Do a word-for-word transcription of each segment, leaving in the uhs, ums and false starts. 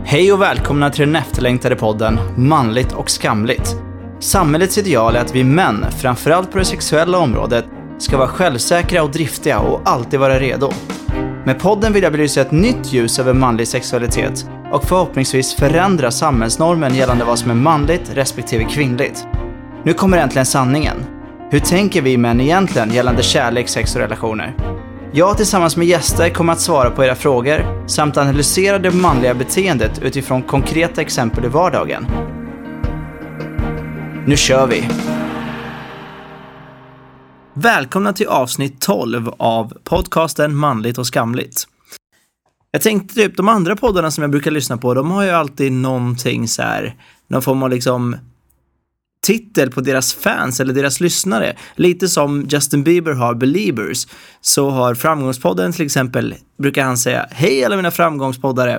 Hej och välkomna till den efterlängtade podden Manligt och skamligt. Samhällets ideal är att vi män, framförallt på det sexuella området, ska vara självsäkra och driftiga och alltid vara redo. Med podden vill jag belysa ett nytt ljus över manlig sexualitet och förhoppningsvis förändra samhällsnormen gällande vad som är manligt respektive kvinnligt. Nu kommer äntligen sanningen. Hur tänker vi män egentligen gällande kärlek, sex och relationer? Jag tillsammans med gäster kommer att svara på era frågor samt analysera det manliga beteendet utifrån konkreta exempel i vardagen. Nu kör vi! Välkomna till avsnitt tolv av podcasten Manligt och skamligt. Jag tänkte typ de andra poddarna som jag brukar lyssna på, de har ju alltid någonting så här, någon form av liksom titel på deras fans eller deras lyssnare. Lite som Justin Bieber har Beliebers, så har Framgångspodden till exempel, brukar han säga hej alla mina framgångspoddare.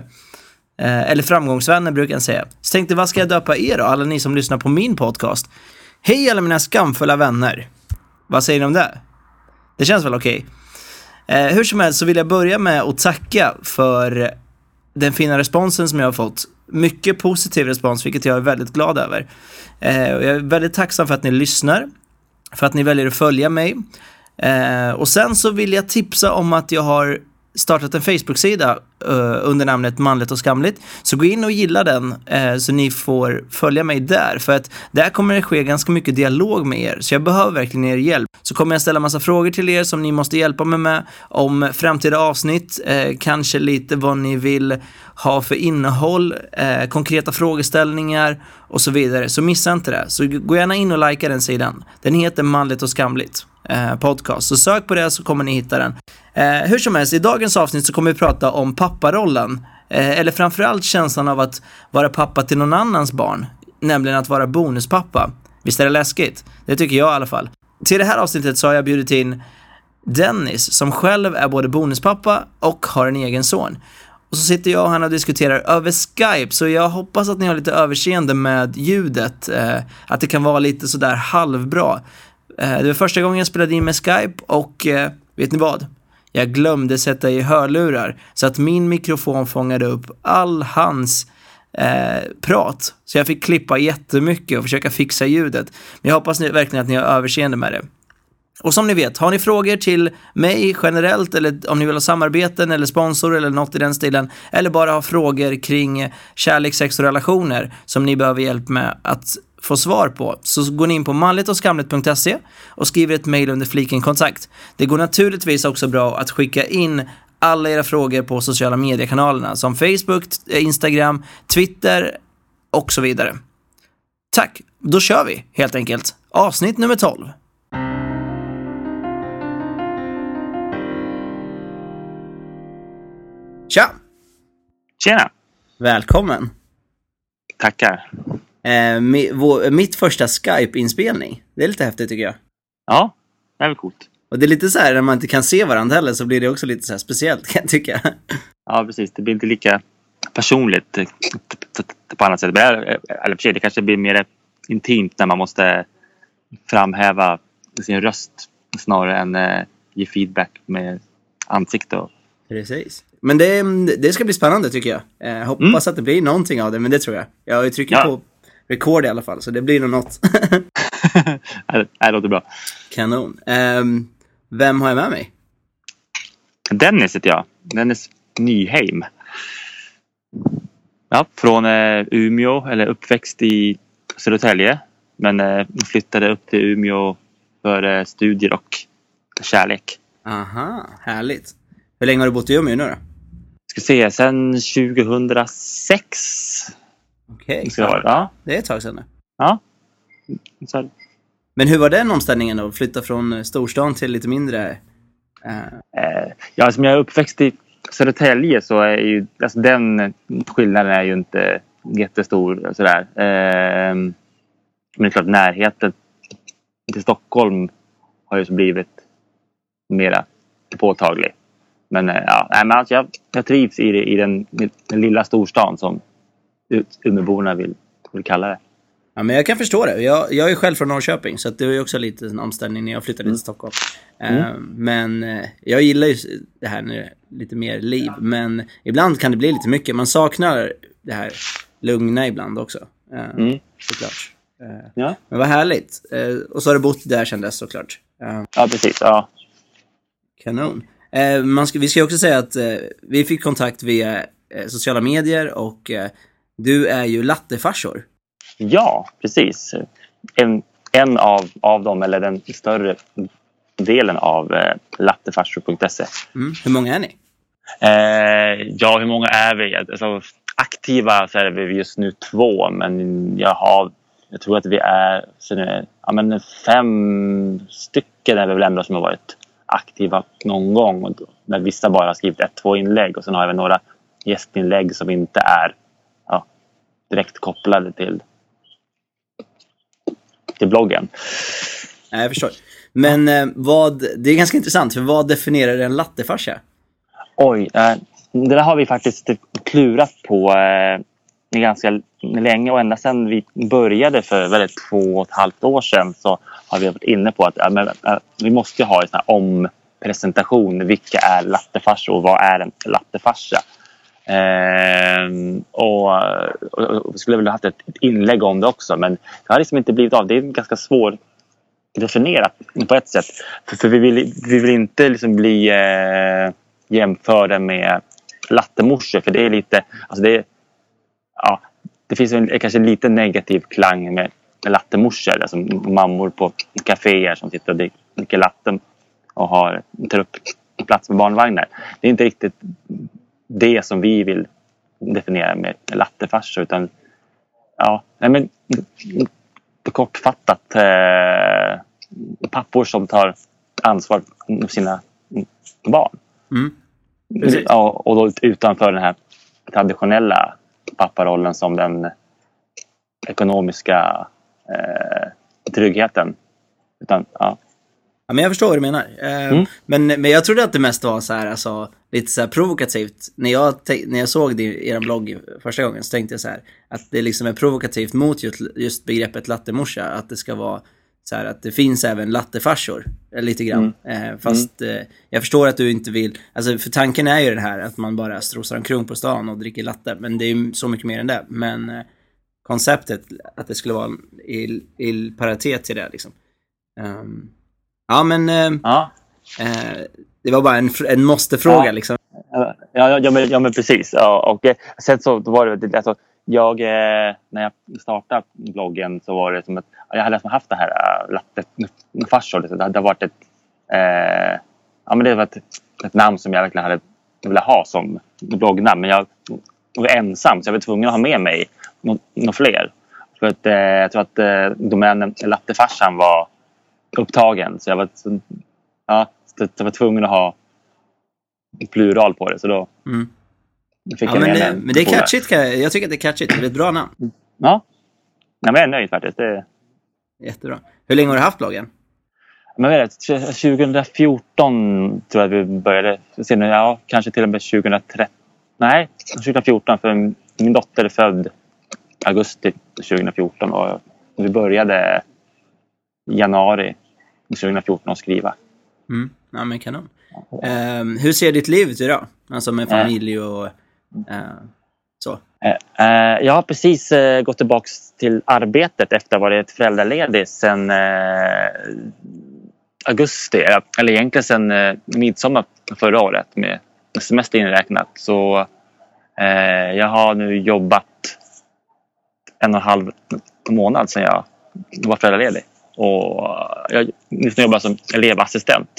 Eh, eller framgångsvänner brukar han säga. Så tänkte, vad ska jag döpa er då? Alla ni som lyssnar på min podcast. Hej alla mina skamfulla vänner. Vad säger ni om det? Det känns väl okej. Eh, hur som helst så vill jag börja med att tacka för den fina responsen som jag har fått. Mycket positiv respons, vilket jag är väldigt glad över. Eh, och jag är väldigt tacksam för att ni lyssnar, för att ni väljer att följa mig. Eh, och sen så vill jag tipsa om att jag har startat en Facebook-sida uh, under namnet Manligt och skamligt. Så gå in och gilla den uh, så ni får följa mig där. För att där kommer det ske ganska mycket dialog med er. Så jag behöver verkligen er hjälp. Så kommer jag ställa massa frågor till er som ni måste hjälpa mig med. Om framtida avsnitt. Uh, kanske lite vad ni vill ha för innehåll. Uh, konkreta frågeställningar och så vidare. Så missa inte det. Så gå gärna in och likea den sidan. Den heter Manligt och skamligt. Eh, podcast. Så sök på det så kommer ni hitta den. Eh, hur som helst, i dagens avsnitt så kommer vi prata om papparollen. Eh, eller framförallt känslan av att vara pappa till någon annans barn. Nämligen att vara bonuspappa. Visst är det läskigt? Det tycker jag i alla fall. Till det här avsnittet så har jag bjudit in Dennis som själv är både bonuspappa och har en egen son. Och så sitter jag och han och diskuterar över Skype. Så jag hoppas att ni har lite överseende med ljudet. Eh, att det kan vara lite sådär halvbra. Det var första gången jag spelade in med Skype och eh, vet ni vad? Jag glömde sätta i hörlurar så att min mikrofon fångade upp all hans eh, prat. Så jag fick klippa jättemycket och försöka fixa ljudet. Men jag hoppas ni, verkligen att ni har överseende med det. Och som ni vet, har ni frågor till mig generellt eller om ni vill ha samarbeten eller sponsor eller något i den stilen, eller bara ha frågor kring kärlek, sex och relationer som ni behöver hjälp med att få svar på, så går ni in på manligt och skamligt punkt se och skriver ett mejl under fliken kontakt. Det går naturligtvis också bra att skicka in alla era frågor på sociala mediekanalerna som Facebook, Instagram, Twitter och så vidare. Tack, då kör vi helt enkelt. Avsnitt nummer tolv. Tja! Tjena! Välkommen! Tackar! Eh, mi, vår, mitt första Skype-inspelning. Det är lite häftigt tycker jag. Ja, det är väl coolt. Och det är lite så här, när man inte kan se varandra heller så blir det också lite så här speciellt, kan jag tycka. Ja, precis. Det blir inte lika personligt på annat sätt. Eller för sig, det kanske blir mer intimt när man måste framhäva sin röst snarare än eh, ge feedback med ansikte. Och... Precis. Men det, det ska bli spännande tycker jag. Eh, hoppas mm. att det blir någonting av det, men det tror jag. Jag har ju tryckt ja. på record i alla fall, så det blir nog något. Det låter bra. Kanon. Eh, vem har jag med mig? Dennis heter jag. Dennis Nyheim. Ja, från eh, Umeå, eller uppväxt i Södertälje. Men eh, flyttade upp till Umeå för eh, studier och kärlek. Aha, härligt. Hur länge har du bott i Umeå nu då? Ska se, sen tjugohundrasex. Okej, okay. Ja. ja. Det är ett tag sedan nu. Ja. Så. Men hur var den omställningen då? Flytta från storstan till lite mindre? Uh... Eh, ja, som jag är uppväxt i Södertälje så är ju, alltså den skillnaden är ju inte jättestor och sådär. Eh, men det är klart, närheten till Stockholm har ju så blivit mera påtaglig. Men ja, nej, men alltså jag, jag trivs i, det, i den, den lilla storstan som Umeåborna vill, vill kalla det. Ja, men jag kan förstå det. Jag, jag är själv från Norrköping, så att det var ju också lite en omställning när jag flyttade mm. till Stockholm. Mm. Uh, men uh, jag gillar ju det här nu, lite mer liv. Men ibland kan det bli lite mycket. Man saknar det här lugna ibland också. Eh, Mm. Såklart. Eh, Ja. Men vad härligt. Eh, och så har du bott där sedan dess såklart. Eh, Ja, precis. Ja. Kanon. Eh, man ska, vi ska också säga att eh, vi fick kontakt via eh, sociala medier och eh, du är ju lattefarsor. Ja, precis. En, en av, av dem, eller den större delen av eh, lattefarsor punkt se. Mm. Hur många är ni? Eh, ja, hur många är vi? Alltså, aktiva så är vi just nu två, men jag har, jag tror att vi är, så nu, ja, men fem stycken är vi väl ändå som har varit aktiva någon gång. Och då, när vissa bara har skrivit ett, två inlägg, och sen har vi några gästinlägg som inte är ja, direkt kopplade till till bloggen. Nej, jag förstår. Men eh, vad, det är ganska intressant, för vad definierar en lattefarsa? Oj, eh, det där har vi faktiskt klurat på eh, ganska länge, och ända sedan vi började för väl två och ett halvt år sedan så har vi varit inne på att äh, men, äh, vi måste ha en sån här ompresentation. Vilka är lattefarsor och vad är en lattefarsa? Eh, och, och, och vi skulle väl ha haft ett, ett inlägg om det också, men det har liksom inte blivit av. Det är ganska svårt definierat på ett sätt. För, för vi, vill, vi vill inte liksom bli eh, jämförda med lattemorsor, för det är lite, alltså det är, ja, det finns en kanske lite negativ klang med lattemorsor, alltså mammor på kaféer som sitter och dricker latte och har, tar upp plats med barnvagnar. Det är inte riktigt det som vi vill definiera med lattefarsor, utan ja, nej men kortfattat eh, pappor som tar ansvar för sina barn. Mm. Ja, och då utanför den här traditionella papparollen som den ekonomiska eh, tryggheten. Utan, ja. Ja, men jag förstår vad du menar. Eh, Mm. men, men jag trodde att det mest var så här, alltså, lite så här provokativt. När jag, te- när jag såg det i er blogg första gången så tänkte jag så här, att det liksom är provokativt mot just, just begreppet lattemorsa. Att det ska vara så här, att det finns även lattefarsor eh, lite grann. Mm. Eh, fast eh, jag förstår att du inte vill, alltså för tanken är ju den här att man bara strosar omkring på stan och dricker latte. Men det är ju så mycket mer än det. Men eh, konceptet att det skulle vara i, i paritet till det liksom. Um, Ja, men eh, Ja. eh, det var bara en, en måste-fråga Ja. liksom. Ja, ja, ja, men, ja men precis. Ja, och eh, sen så då var det alltså, jag eh, när jag startade bloggen så var det som att jag hade liksom haft det här äh, lattefarsor. Det, det har varit ett eh, ja men det var ett, ett namn som jag verkligen hade velat ha som bloggnamn, men jag var ensam så jag var tvungen att ha med mig några fler. För att eh, jag tror att eh, domänen lattefarsan var upptagen, så jag var, så, ja, så jag var tvungen att ha plural på det, så då Mm. fick Ja, jag men, med det, den men det är på det. catchigt, jag tycker att det är catchigt. Det är ett bra namn. Ja, ja men jag är nöjd faktiskt. Det, Jättebra. Hur länge har du haft bloggen? men vet du, tjugo fjorton tror jag vi började. Sen, ja, kanske till och med tjugohundratretton. Nej, tjugo fjorton, för min dotter är född augusti tjugo fjorton och vi började i januari tjugo fjorton att skriva. Mm. Ja, men kanon. Um, hur ser ditt liv ut idag? Alltså med familj och uh, så. Eh, eh, jag har precis eh, gått tillbaka till arbetet efter att ha varit föräldraledig sedan eh, augusti. Eller egentligen sedan eh, midsommar förra året med semester inräknat. Så eh, jag har nu jobbat en och en halv månad sedan jag var föräldraledig. Och jag jobbar som elevassistent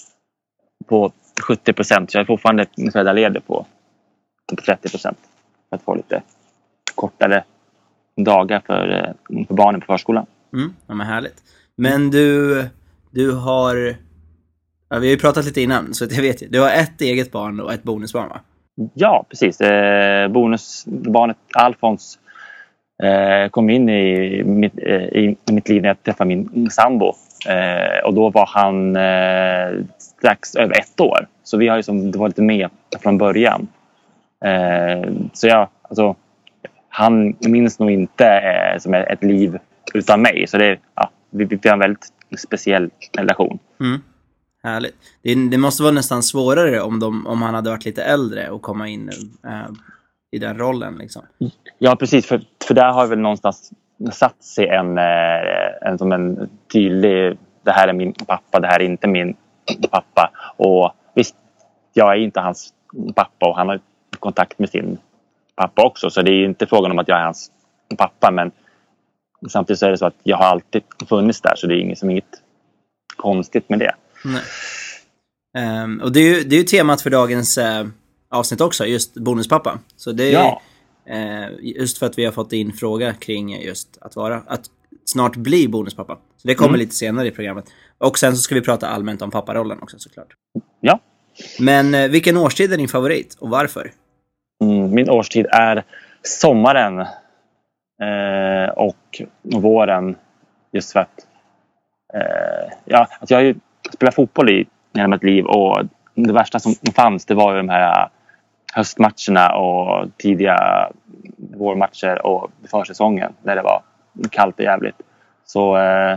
på sjuttio procent. Så jag är fortfarande föräldraledig på trettio procent. För att få lite kortare dagar för, för barnen på förskolan. Mm, ja, men härligt. Men du, du har... Ja, vi har ju pratat lite innan, så att jag vet ju. Du har ett eget barn och ett bonusbarn, va? Ja, precis. Eh, bonusbarnet Alfons eh, kom in i mitt, eh, i mitt liv när jag träffade min sambo. Eh, och då var han eh, strax över ett år. Så vi har ju som, det var lite med från början. Eh, så jag, alltså, han minns nog inte eh, som ett liv utan mig. Så det, ja, vi, vi har en väldigt speciell relation. Mm. Härligt. Det, det måste vara nästan svårare om, de, om han hade varit lite äldre och komma in äh, i den rollen liksom. Ja, precis. För, för där har väl någonstans satt sig en, en, som en tydlig, det här är min pappa, det här är inte min pappa. Och visst, jag är inte hans pappa och han har kontakt med sin pappa också. Så det är inte frågan om att jag är hans pappa, men samtidigt så är det så att jag har alltid funnits där, så det är inget, som inget konstigt med det. Nej. Um, och det är, ju, det är ju temat för dagens uh, avsnitt också, just bonuspappa. Så det är ja. uh, just för att vi har fått in fråga kring just att vara, att snart bli bonuspappa. Så det kommer mm. lite senare i programmet. Och sen så ska vi prata allmänt om papparollen också, såklart. Ja. Men uh, vilken årstid är din favorit och varför? Mm, min årstid är sommaren uh, och våren, just för att uh, ja, att jag har ju spelat fotboll i hela mitt liv, och det värsta som fanns, det var ju de här höstmatcherna och tidiga vårmatcher och försäsongen där det var kallt och jävligt. Så eh,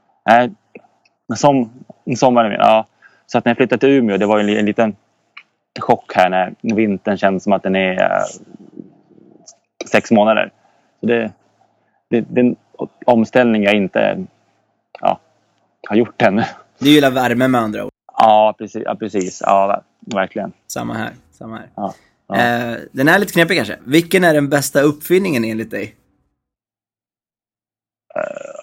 som sommaren, ja. Så att när jag flyttade till Umeå, det var ju en, en liten chock här när vintern känns som att den är eh, sex månader. Så det, det, det är en omställning jag inte ja, har gjort ännu. Du gillar värme med andra ord. Ja, precis. Ja, precis. Ja, verkligen. Samma här. Samma här. Ja, ja. Eh, den är lite knepig kanske. Vilken är den bästa uppfinningen enligt dig? Uh,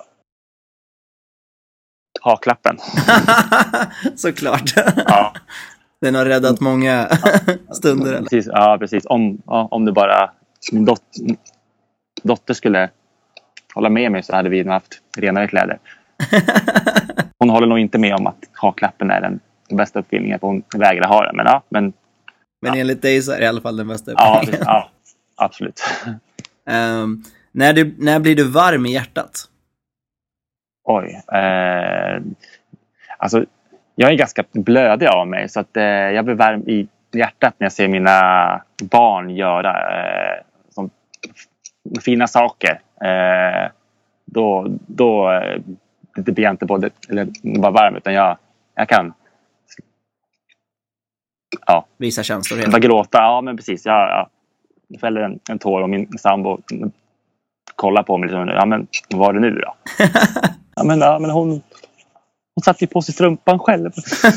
haklappen. Såklart. Ja. Den har räddat många stunder. Eller? Precis. Ja, precis. Om, ja, om det bara min dot, dotter skulle hålla med mig, så hade vi haft renare kläder. Hon håller nog inte med om att haklappen är den bästa uppfinningen, för hon vägrar ha den. Men ja, men... Men ja. Enligt dig så är det i alla fall den bästa uppfinningen. Ja, ja, absolut. um, när, du, när blir du varm i hjärtat? Oj. Eh, alltså, jag är ganska blödig av mig, så att eh, jag blir varm i hjärtat när jag ser mina barn göra eh, som fina saker. Eh, då... då eh, det blir inte både eller bara varm, utan jag, jag kan ja, visa känslor. Jag bara gråta, ja men precis. Jag, ja, jag fäller en, en tår och min sambo kollar på mig liksom, ja men vad var det nu då? ja men, ja, men hon hon satt ju på sig strumpan själv.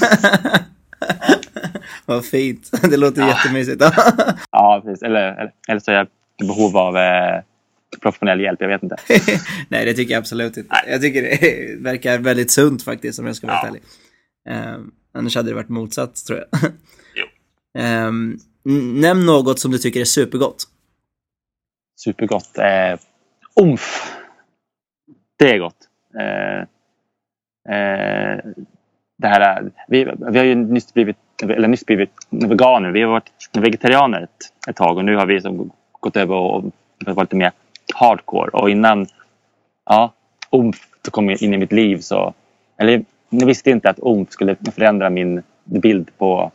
Vad fint. Det låter ja. jättemysigt. ja, precis. Eller, eller, eller så är jag i behov av eh, professionell hjälp, jag vet inte. Nej, det tycker jag absolut inte. Nej. Jag tycker det verkar väldigt sunt faktiskt, om jag ska vara ärlig. Um, annars hade det varit motsatt, tror jag. Jo. Um, nämn något som du tycker är supergott. Supergott. Eh, umf. Det är gott. Eh, eh, det här, vi, vi har ju nyss blivit, eller nyss blivit veganer. Vi har varit vegetarianer ett, ett tag, och nu har vi som gått över och varit lite mer hardcore. Och innan ja, umf kom in i mitt liv, så eller jag visste inte att umf skulle förändra min bild på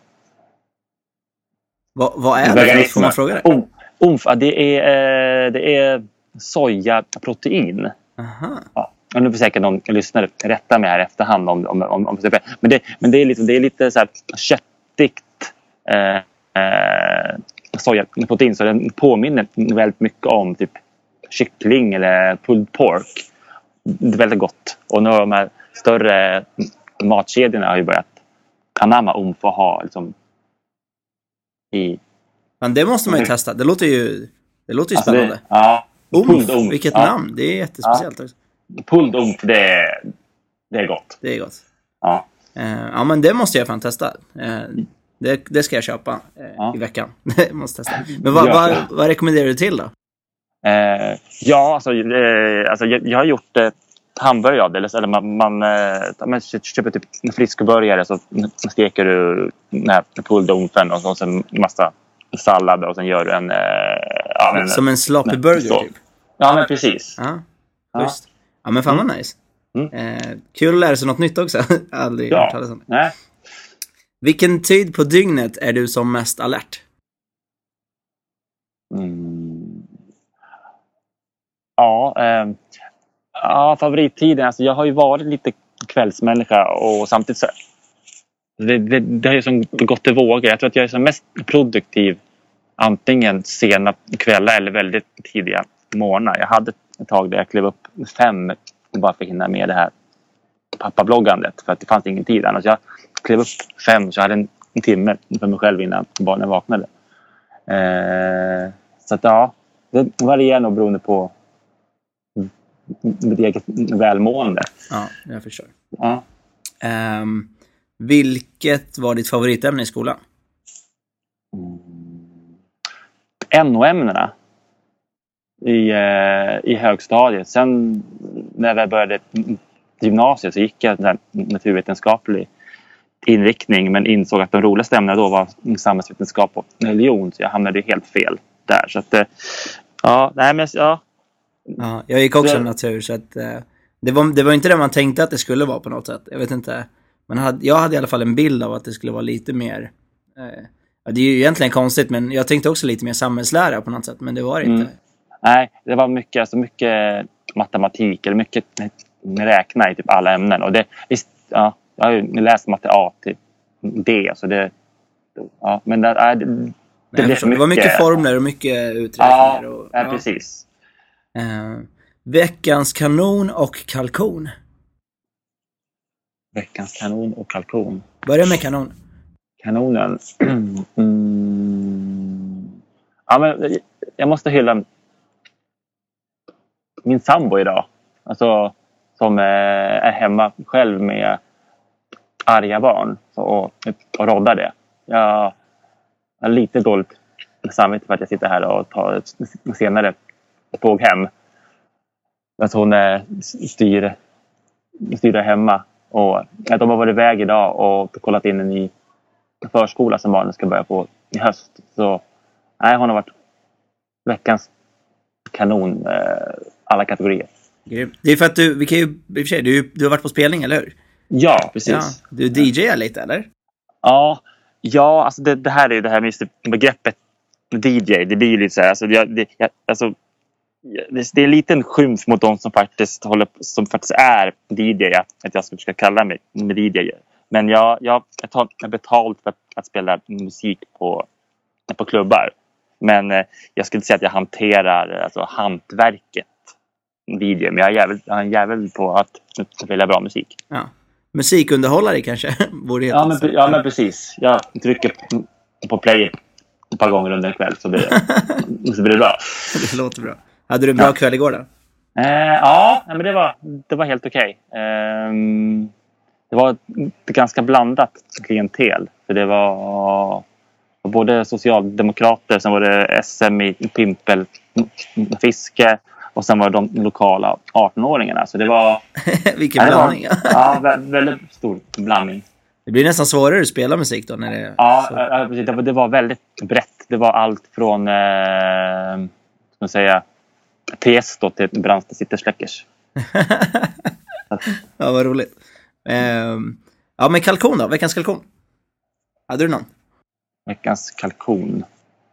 Va, vad är det? Får man fråga det? Um, umf, ja, det är det är sojaprotein. Aha. Ja, och nu får säkert någon lyssnare rätta mig här efterhand om om om, om men det men det är lite det är lite så här köttigt eh, eh sojaprotein, så den påminner väldigt mycket om typ kyckling eller pulled pork. Det är väldigt gott. Och nu har de här större matkedjorna har ju börjat anamma umf och ha liksom i... Men det måste man ju testa. Det låter ju, det låter ju alltså spännande. Det, ja. Umf, umf, vilket ja. namn. Det är jättespeciellt ja. också. Pulled umf, det är, det är gott. Det är gott. Ja. Uh, ja, men det måste jag fan testa. Uh, det, det ska jag köpa uh, ja. i veckan. Det måste testa. Men vad, vad, vad rekommenderar du till då? Uh, ja, alltså, uh, alltså jag, jag har gjort uh, hamburgare av det. Eller man, man, uh, man köper typ en friskburgare, så steker du den här pulled umfen och, och sen massa sallad, och sen gör du en... Uh, ja, en som en sloppy burger så. Typ? Ja, men precis. Ja, just. Ja, men fan vad mm. nice. Mm. Eh, kul att lära sig något nytt också. Aldrig ja. hört talas om det. Nej. Vilken tid på dygnet är du som mest alert? Mm. Ja, eh, ja, favorittiden. Alltså jag har ju varit lite kvällsmänniska, och samtidigt så det, det, det har ju som gått i vågor. Jag tror att jag är som mest produktiv antingen sena kvällar eller väldigt tidiga morgnar. Jag hade ett tag där jag klev upp fem bara för att hinna med det här pappabloggandet, för att det fanns ingen tid annars. Jag klev upp fem så jag hade en, en timme för mig själv innan barnen vaknade. Eh, så att ja, det varierar nog beroende på mitt eget välmående. Ja, jag förstår. Ja. Um, vilket var ditt favoritämne i skolan? Mm. N O-ämnena i, eh, i högstadiet. Sen när jag började gymnasiet så gick jag en naturvetenskaplig inriktning, men insåg att de roligaste ämnena då var samhällsvetenskap och religion, så jag hamnade helt fel där. Så att, ja, nej men ja. Ja, jag gick också det... natur, så att det var, det var inte det man tänkte att det skulle vara på något sätt. Jag vet inte. Man hade, jag hade i alla fall en bild av att det skulle vara lite mer... Eh, ja, det är ju egentligen konstigt, men jag tänkte också lite mer samhällslära på något sätt, men det var det inte. Mm. Nej, det var mycket, alltså mycket matematik, eller mycket räkna i typ alla ämnen. Och det, visst, ja, jag har ju läst matte A till D, så det... Ja, men det, äh, det, det, det, mycket, det var mycket formler och mycket uträkningar. Ja, och, ja, ja. precis. Uh, veckans kanon och kalkon. Veckans kanon och kalkon. Börja med kanon. Kanonen. Mm. Ja, men jag måste hylla min sambo idag. Alltså, som är hemma själv med arga barn och, och roddar det. Jag har lite dåligt samvete för att jag sitter här och tar ett senare tåg hem. Att hon styr, styr hemma. Och att de har varit iväg idag och kollat in en ny förskola som barnen ska börja på i höst. Så nej, hon har varit veckans kanon, eh, alla kategorier. Det är för att du, vi kan ju, i och för sig, du, du har varit på spelning, eller hur? Ja, precis. Ja, du D J:ar lite, eller? Ja, ja alltså det, det här är ju det här med begreppet D J. Det blir ju lite så här, alltså, jag, det, jag, alltså det är en liten skymf mot de som faktiskt håller, som faktiskt är D J, att jag ska kalla mig med D J. Men jag, jag, jag tar betalt för att spela musik på, på klubbar. Men eh, jag skulle inte säga att jag hanterar alltså, hantverket D J. Men jag är jävel, jag är en jävel på att spela bra musik. Ja. Musikunderhållare kanske? Borde ja, men, ja, men precis. Jag trycker på play ett par gånger under en kväll så blir det, så blir det bra. Det låter bra. Hade du en bra ja. kväll igår då? Eh, ja, men det var, det var helt okej. Okay. Eh, det var ett ganska blandat klientel. För det var både socialdemokrater, sen var det S M i pimpel, fiske och sen var det de lokala arton-åringarna. Så det var... Vilken blandning. Var, ja, väldigt stor blandning. Det blir nästan svårare att spela musik då när det är ja, så. Ja, precis. Det var väldigt brett. Det var allt från... Eh, ska man säga... Tiesto till Brandsta Citersläckers. Ja, vad roligt. Um, ja, men kalkon då? Veckans kalkon. Hade du någon? Veckans kalkon.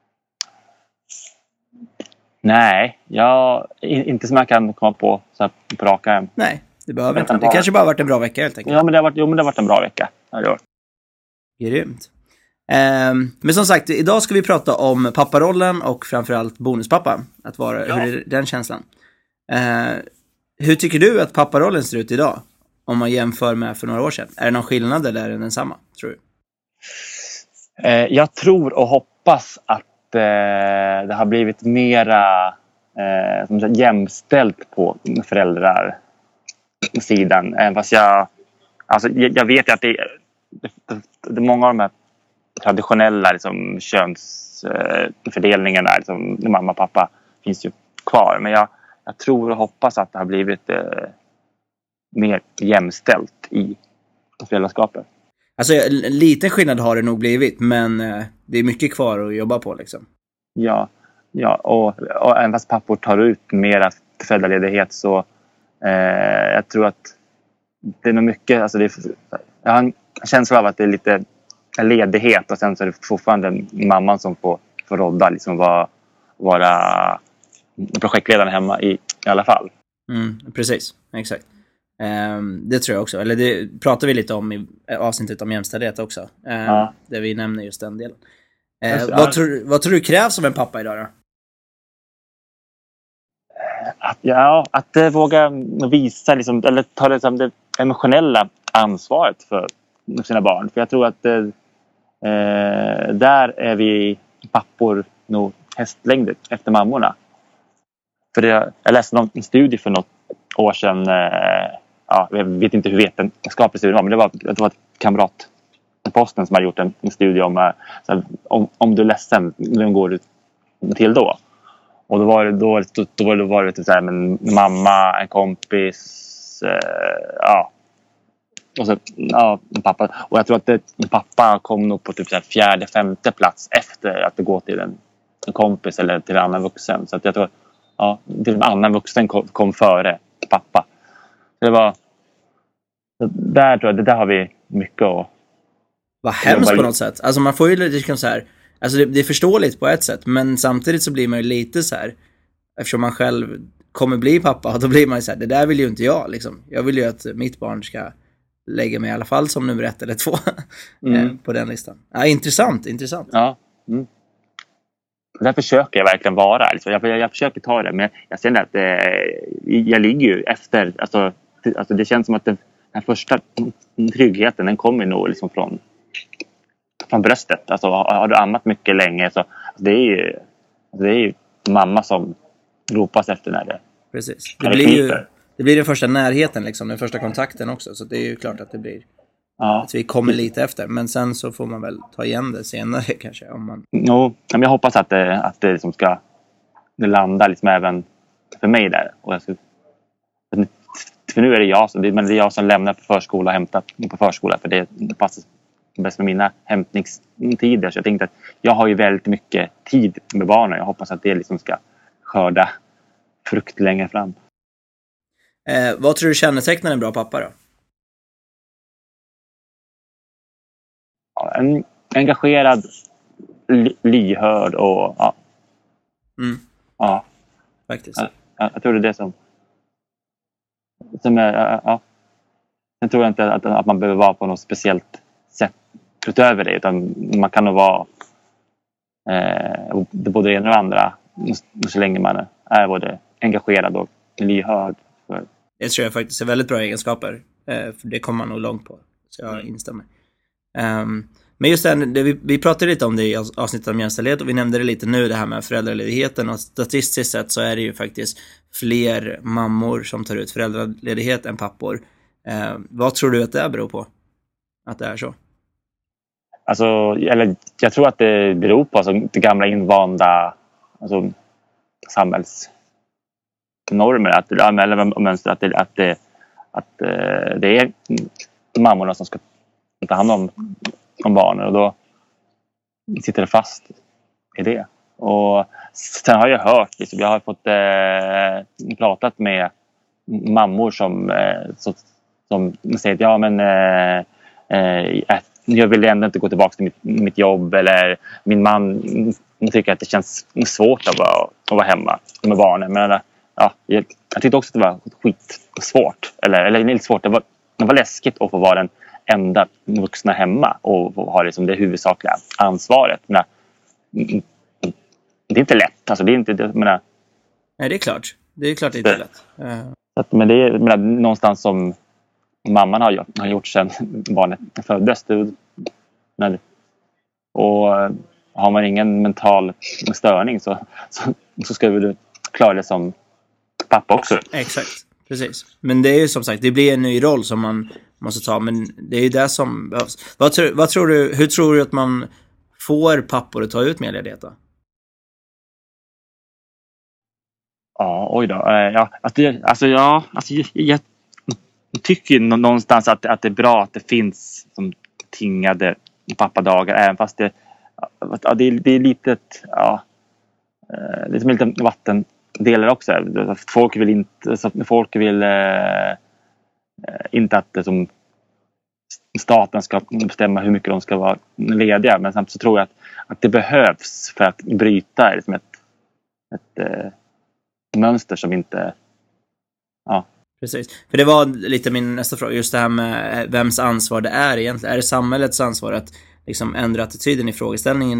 Nej, jag inte som jag kan komma på så här på raka hem. Nej, det behöver inte. Det bara... kanske bara varit en bra vecka helt enkelt. Ja, men det har varit, jo, men det har varit en bra vecka. Ja, det har. Grymt. Um, men som sagt, idag ska vi prata om papparollen och framförallt bonuspappa. Att vara, ja. Hur är den känslan? Uh, hur tycker du att papparollen ser ut idag? Om man jämför med för några år sedan. Är det någon skillnad eller är den densamma, tror du? Uh, jag tror och hoppas att uh, det har blivit mera uh, som sagt, jämställt på föräldrar sidan. Även fast jag, alltså, jag, jag vet att det är, det, det, det, många av de här traditionella liksom, könsfördelningarna, liksom, mamma och pappa finns ju kvar. Men jag, jag tror och hoppas att det har blivit eh, mer jämställt i föräldraskapet. Alltså lite skillnad har det nog blivit, men eh, det är mycket kvar att jobba på liksom. Ja, ja och, och även fast pappor tar ut mera föräldraledighet så eh, jag tror att det är nog mycket, alltså det är, jag har en känsla av att det är lite ledighet och sen så är det fortfarande mamman som får, får rodda, liksom vara, vara projektledaren hemma i, i alla fall. Mm, precis, exakt. Um, det tror jag också. Eller det pratar vi lite om i avsnittet om jämställdhet också. Um, ja. Där vi nämner just den delen. Eh, vad, tror, vad tror du krävs av en pappa idag då? Att, ja, att uh, våga visa liksom, eller ta liksom, det emotionella ansvaret för sina barn. För jag tror att uh, där är vi pappor nog hästlängder efter mammorna. För det, jag läste någon studie för något år sedan. Uh, ja, jag vet inte hur vetenskaplig studien var, men det var, det var ett kamrat på posten som har gjort en, en studie om, uh, här, om om du är ledsen, vem går du till då? Och då var det, då, då, då var det, då var det typ så här, men mamma, en kompis, uh, ja. Och så, ja, pappa. Och jag tror att det, pappa kom nog på typ så här fjärde, femte plats efter att det går till en, en kompis eller till en annan vuxen. Så att jag tror att ja, till en annan vuxen kom, kom före pappa. Så det var, där tror jag, det där har vi mycket att... Vad hemskt på något sätt. Alltså man får ju liksom så här, alltså det, det är förståeligt på ett sätt, men samtidigt så blir man ju lite så här, eftersom man själv kommer bli pappa, då blir man ju så här, det där vill ju inte jag liksom. Jag vill ju att mitt barn ska lägga mig i alla fall som nummer ett eller två mm. på den listan. Ja, intressant, intressant. Ja. Mm. Där försöker jag verkligen vara. Liksom. Jag, jag, jag försöker ta det, men jag ser att eh, jag ligger ju efter. Alltså, alltså det känns som att den, den första tryggheten, den kommer nog liksom från, från bröstet. Alltså, har, har du ammat mycket länge så alltså, det är ju alltså, det är ju mamma som ropas efter när det. Precis. Det blir ju det blir den första närheten liksom, den första kontakten också, så det är ju klart att det blir ja. Att vi kommer lite efter, men sen så får man väl ta igen det senare kanske om man. Jo, men jag hoppas att det att det liksom ska det landa liksom även för mig där och jag ska, för nu är det jag som det, men det är jag som lämnar på förskola och hämtar på förskola för det, det passar bäst med mina hämtningstider, så jag tänkte att jag har ju väldigt mycket tid med barnen. Jag hoppas att det liksom ska skörda frukt längre fram. Eh, vad tror du kännetecknar en bra pappa då? Ja, en engagerad, ly- lyhörd och ja. Mm. Ja. Faktiskt. Ja, ja, jag tror det är det som som är, ja, ja. Sen tror jag inte att, att man behöver vara på något speciellt sätt utöver det, utan man kan nog vara eh, både det ena och det andra så länge man är både engagerad och lyhörd. För. Det tror jag faktiskt är väldigt bra egenskaper, eh, för det kommer man nog långt på, så jag instämmer. Um, men just det, det vi, vi pratade lite om det i avsnittet om jämställdhet och vi nämnde det lite nu, det här med föräldraledigheten, och statistiskt sett så är det ju faktiskt fler mammor som tar ut föräldraledighet än pappor. Uh, vad tror du att det beror på? Att det är så? Alltså, eller, jag tror att det beror på alltså, det gamla invanda alltså, samhällsnormer, att, eller mönster, att, det, att, det, att det är mammorna som ska ta hand om, om barnen, och då sitter det fast i det. Och sen har jag hört, liksom, jag har fått eh, pratat med mammor som, eh, som, som säger att ja men eh, eh, jag vill ändå inte gå tillbaka till mitt, mitt jobb, eller min man tycker att det känns svårt att vara, att vara hemma med barnen. Men ja, jag, jag tyckte också att det var skitsvårt, eller, eller lite svårt, det var, det var läskigt att få vara den enda vuxna hemma och ha liksom det huvudsakliga ansvaret. Men, det är inte lätt. Alltså, det är inte, det, menar, nej, det är klart. Det är klart det är inte lätt. Uh. Att, men det är menar, någonstans som mamman har gjort, har gjort sedan barnet föddes. Det, men, och har man ingen mental störning så, så, så ska vi klara det som pappa också. Exakt, precis. Men det är ju som sagt, det blir en ny roll som man måste ta, men det är ju det som behövs. Vad, tror, vad tror du, hur tror du att man får pappor att ta ut mer ledighet då? Ja, oj då. Ja, alltså, alltså, ja, alltså, jag, jag tycker någonstans att, att det är bra att det finns som tingade pappadagar, även fast det, ja, det, är, det är lite ja, det är som lite vattendelar också. Folk vill inte, folk vill eh, inte att det som staten ska bestämma hur mycket de ska vara lediga, men samtidigt så tror jag att, att det behövs för att bryta liksom ett, ett eh, mönster som inte ja. Precis, för det var lite min nästa fråga, just det här med vems ansvar det är egentligen. Är det samhällets ansvar att liksom ändra attityden i frågeställningen,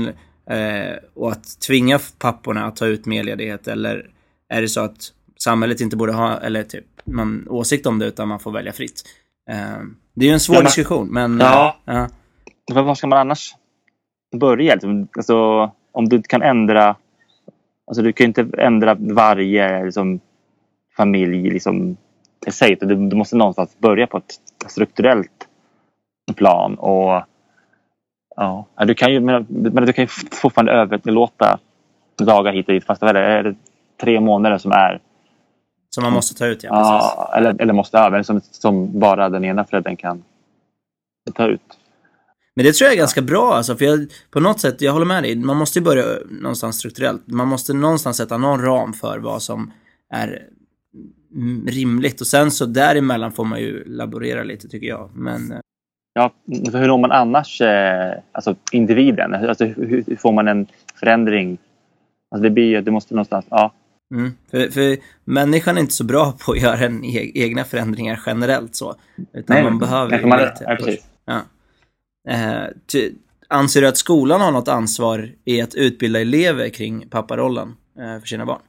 Eh, och att tvinga papporna att ta ut mer ledighet, eller är det så att samhället inte borde ha eller typ någon åsikt om det utan man får välja fritt? Eh, det är ju en svår ja, men, diskussion, men ja. Eh, uh. Var ska man annars börja? Alltså, om du kan ändra, alltså du kan ju inte ändra varje liksom, familj liksom i sig, du, du måste någonstans börja på ett strukturellt plan. Och ja, du kan ju men, men du kan ju fortfarande överlåta dagar hit och dit, fast det är det tre månader som är som man måste ta ut, ja, ja eller, eller måste över som, som bara den ena föräldern kan ta ut. Men det tror jag är ganska bra, alltså, för jag, på något sätt, jag håller med dig, man måste ju börja någonstans strukturellt. Man måste någonstans sätta någon ram för vad som är rimligt, och sen så däremellan får man ju laborera lite, tycker jag. Men ja, för hur når man annars eh, alltså individen? Alltså hur, hur får man en förändring? Alltså det blir, det måste någonstans, ja. Mm, för, för människan är inte så bra på att göra en e- egna förändringar generellt så, utan nej, man behöver nej, man, lite, ja, precis. Ja. Eh, ty, anser du att skolan har något ansvar i att utbilda elever kring papparollen eh, för sina barn?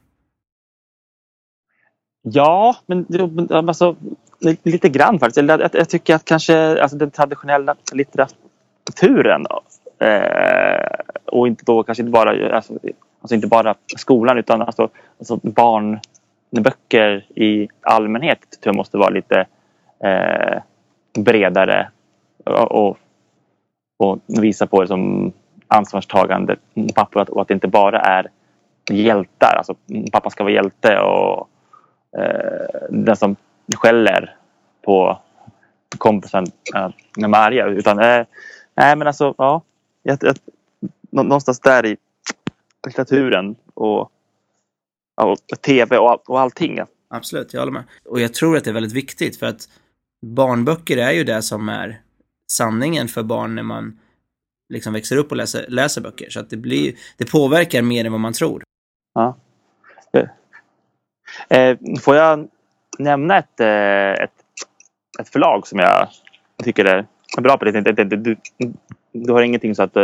Ja, men alltså, lite grann faktiskt. Jag, jag tycker att kanske alltså, den traditionella litteraturen eh, och inte då kanske inte bara alltså, alltså inte bara skolan utan alltså, alltså barnböcker i allmänhet tror jag måste vara lite eh, bredare och, och, och visa på det som ansvarstagande pappor, och att det inte bara är hjältar. Alltså pappan ska vara hjälte och eh, den som skäller på kompisen äh, när man är arga, utan äh, nej men alltså ja jag, jag, någonstans där i litteraturen och, och tv och, och allting. Absolut, jag håller med. Och jag tror att det är väldigt viktigt, för att barnböcker är ju det som är sanningen för barn när man liksom växer upp och läser, läser böcker, så att det blir, det påverkar mer än vad man tror. Ja. Eh, får jag nämna ett, ett ett förlag som jag tycker är bra på det. Du, du, du har ingenting så att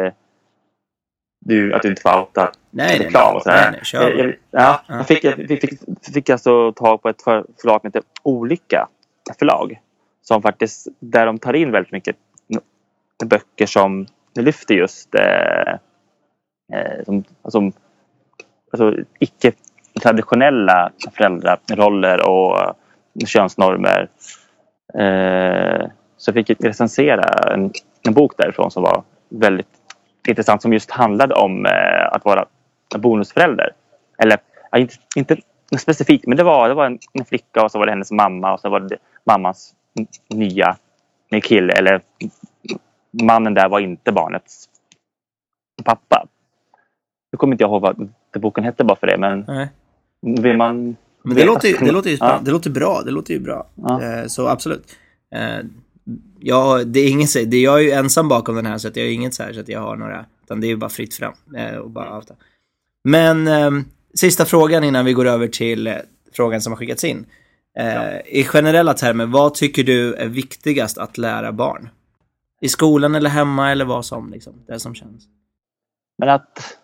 du, att du inte får outa reklam och sådär. Nej, nej, kör. Jag, jag, ja, jag fick, jag fick, fick, fick alltså tag på ett förlag som heter Olika förlag, som faktiskt, där de tar in väldigt mycket böcker som lyfter just eh, som, alltså, alltså icke traditionella föräldraroller och könsnormer. Eh, så jag fick recensera en, en bok därifrån som var väldigt intressant, som just handlade om eh, att vara bonusförälder. Eller ja, inte, inte specifikt, men det var, det var en, en flicka och så var det hennes mamma och så var det mammans nya kille, eller mannen där var inte barnets pappa. Nu kommer inte jag ihåg vad boken hette bara för det, men nej. Vill man Men det låter, ju, det, låter ju, ja. det låter bra, det låter ju bra. Ja. Eh, så absolut. Eh, ja, det är ingen, det är jag är ju ensam bakom den här, så att jag är inget så här så att jag har några, utan det är ju bara fritt fram eh, och bara outa. Men eh, sista frågan innan vi går över till eh, frågan som har skickats in. Eh, ja. I generella termer, vad tycker du är viktigast att lära barn? I skolan eller hemma eller vad som liksom, det som känns. Men att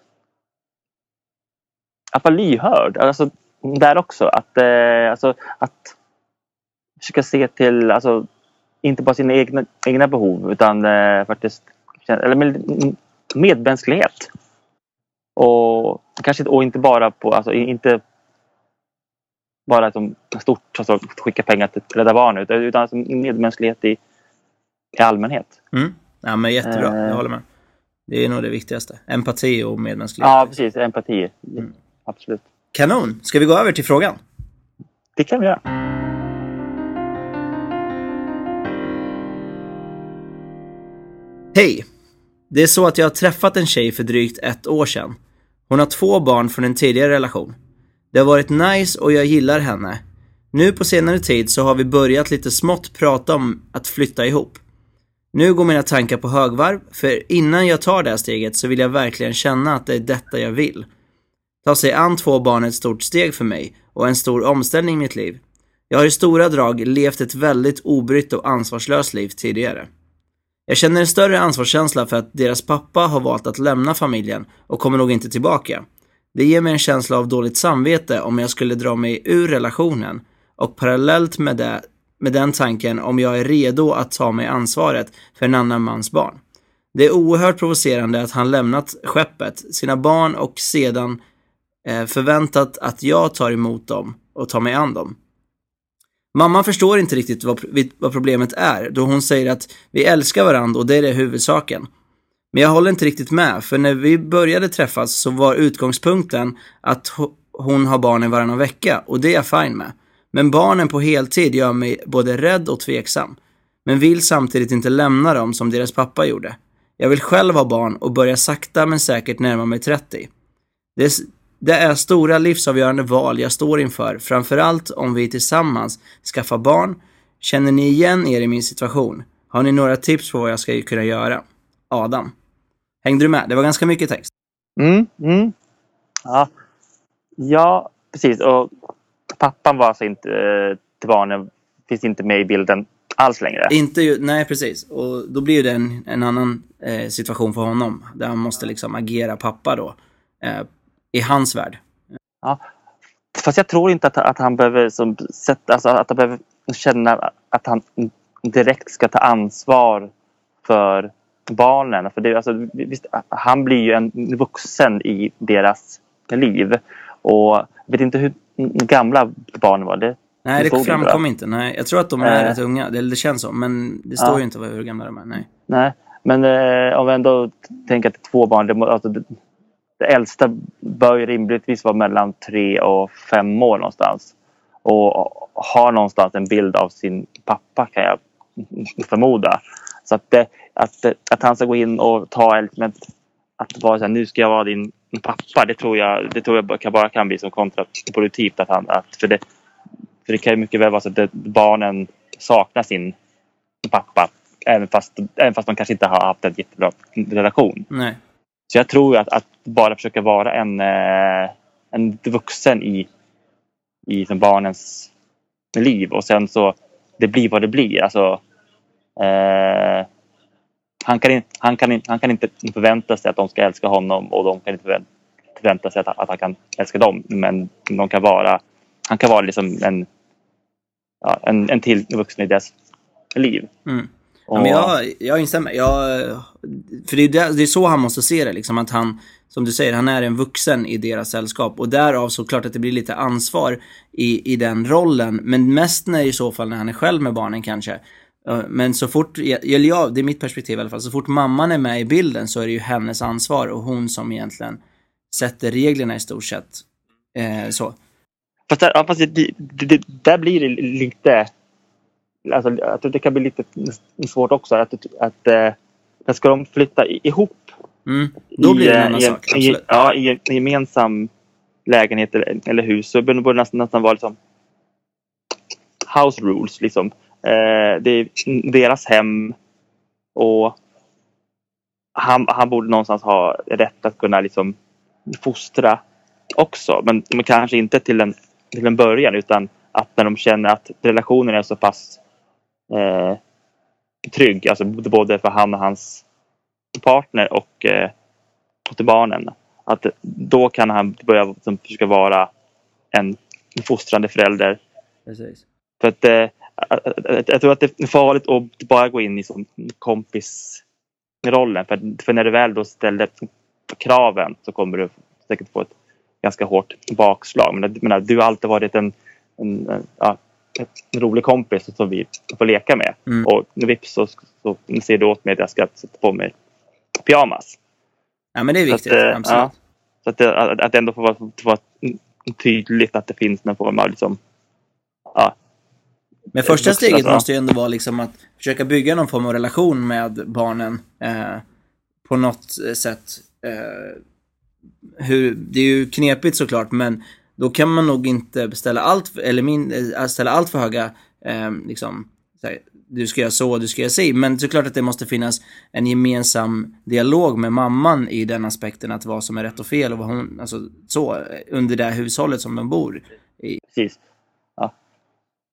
att vara lyhörd, alltså där också, att eh, alltså att försöka se till, alltså inte bara sina egna egna behov, utan eh, faktiskt eller med, medmänsklighet, och kanske och inte bara på, alltså inte bara som stort, alltså skicka pengar till Rädda Barnen, utan, utan alltså medmänsklighet i, i allmänhet. Mm. Ja, men jättebra, eh, jag håller med. Det är nog det viktigaste. Empati och medmänsklighet. Ja, precis, empati. Mm. Absolut. Kanon. Ska vi gå över till frågan? Det kan vi göra. Hej. Det är så att jag har träffat en tjej för drygt ett år sedan. Hon har två barn från en tidigare relation. Det har varit nice och jag gillar henne. Nu på senare tid så har vi börjat lite smått prata om att flytta ihop. Nu går mina tankar på högvarv, för innan jag tar det här steget så vill jag verkligen känna att det är detta jag vill. Ta sig an två barn är ett stort steg för mig och en stor omställning i mitt liv. Jag har i stora drag levt ett väldigt obrytt och ansvarslöst liv tidigare. Jag känner en större ansvarskänsla för att deras pappa har valt att lämna familjen och kommer nog inte tillbaka. Det ger mig en känsla av dåligt samvete om jag skulle dra mig ur relationen, och parallellt med det, med den tanken om jag är redo att ta mig ansvaret för en annan mans barn. Det är oerhört provocerande att han lämnat skeppet, sina barn, och sedan eh, förväntat att jag tar emot dem och tar mig an dem. Mamma förstår inte riktigt vad, vad problemet är, då hon säger att vi älskar varandra och det är det huvudsaken. Men jag håller inte riktigt med, för när vi började träffas så var utgångspunkten att hon har barnen varannan vecka, och det är jag fine med. Men barnen på heltid gör mig både rädd och tveksam, men vill samtidigt inte lämna dem som deras pappa gjorde. Jag vill själv ha barn och börja sakta men säkert närma mig trettio. Det är, det är stora livsavgörande val jag står inför, framförallt om vi tillsammans skaffar barn. Känner ni igen er i min situation? Har ni några tips på vad jag ska kunna göra? Adam. Hängde du med? Det var ganska mycket text. Mm, mm. Ja. ja, precis. Och pappan var alltså inte till barnen, finns inte med i bilden alls längre. Inte ju, nej precis. Och då blir det en, en annan eh, situation för honom. Där han måste liksom agera pappa då. Eh, I hans värld. Ja. Fast jag tror inte att, att han behöver som, sätta, alltså, att han behöver känna att han direkt ska ta ansvar för barnen. För det, alltså, visst, han blir ju en vuxen i deras liv. Och jag vet inte hur gamla barnen var. Det, nej, det, det framkom inte. Nej, jag tror att de är eh, rätt unga. Det, det känns så. Men det står ja. ju inte hur gamla de är. Nej, nej. Men eh, om vi ändå tänker att det är två barn. Det, alltså, det, det äldsta bör ju rimligtvis vara mellan tre och fem år någonstans. Och har någonstans en bild av sin pappa, kan jag förmoda. Så att, det, att, att han ska gå in och ta ett, att vara så här, nu ska jag vara din pappa, det tror jag, det tror jag kan, bara kan bli som kontraproduktivt. Att han, att, för, det, för det kan ju mycket väl vara så att barnen saknar sin pappa. Även fast, även fast de kanske inte har haft en jättebra relation. Nej. Så jag tror att, att bara försöka vara en, en vuxen i, i som barnens liv. Och sen så, det blir vad det blir. Alltså, eh, han, kan in, han, kan in, han kan inte förvänta sig att de ska älska honom. Och de kan inte förvänta sig att, att han kan älska dem. Men de kan vara, han kan vara liksom en, ja, en, en till vuxen i deras liv. Mm. Ja, men jag, jag instämmer. Jag, för det är, det, det är så han måste se det. Liksom, att han, som du säger, han är en vuxen i deras sällskap. Och därav såklart att det blir lite ansvar i, i den rollen. Men mest när i så fall när han är själv med barnen kanske. Men så fort, eller ja, det är mitt perspektiv i alla fall. Så fort mamman är med i bilden så är det ju hennes ansvar. Och hon som egentligen sätter reglerna i stort sett. Eh, så. Fast, där, fast det, det, det, där blir det lite... Alltså, jag tror det kan bli lite svårt också att, att, att ska de flytta ihop mm, då blir det en annan i, sak, i, ja, i en gemensam lägenhet eller, eller hus, så borde det nästan, nästan vara liksom house rules liksom. Eh, det är deras hem och han, han borde någonstans ha rätt att kunna liksom fostra också, men, men kanske inte till en, till en början, utan att när de känner att relationen är så pass eh, trygg, alltså både för han och hans partner och, eh, och till barnen, att då kan han börja som, försöka vara en fostrande förälder. Precis. För att eh, jag tror att det är farligt att bara gå in i som kompisrollen, för, för när du väl då ställer kraven så kommer du säkert få ett ganska hårt bakslag. Men menar, du har alltid varit en En, ja, en rolig kompis som vi får leka med. Mm. Och vips så, så ser du åt mig att jag ska sätta på mig pyjamas. Ja, men det är viktigt. Så att, absolut. ja, så att, det, att det ändå får vara, får vara tydligt att det finns någon form av liksom, ja. Men första steget alltså måste ju ändå vara liksom att försöka bygga någon form av relation med barnen eh, på något sätt. Eh, hur, det är ju knepigt såklart, men då kan man nog inte ställa allt eller min ställa allt för höga eh, liksom här, du ska göra så, du ska göra så, men såklart att det måste finnas en gemensam dialog med mamman i den aspekten, att vad som är rätt och fel och vad hon, alltså så under det här hushållet som de bor i. Precis. Ja.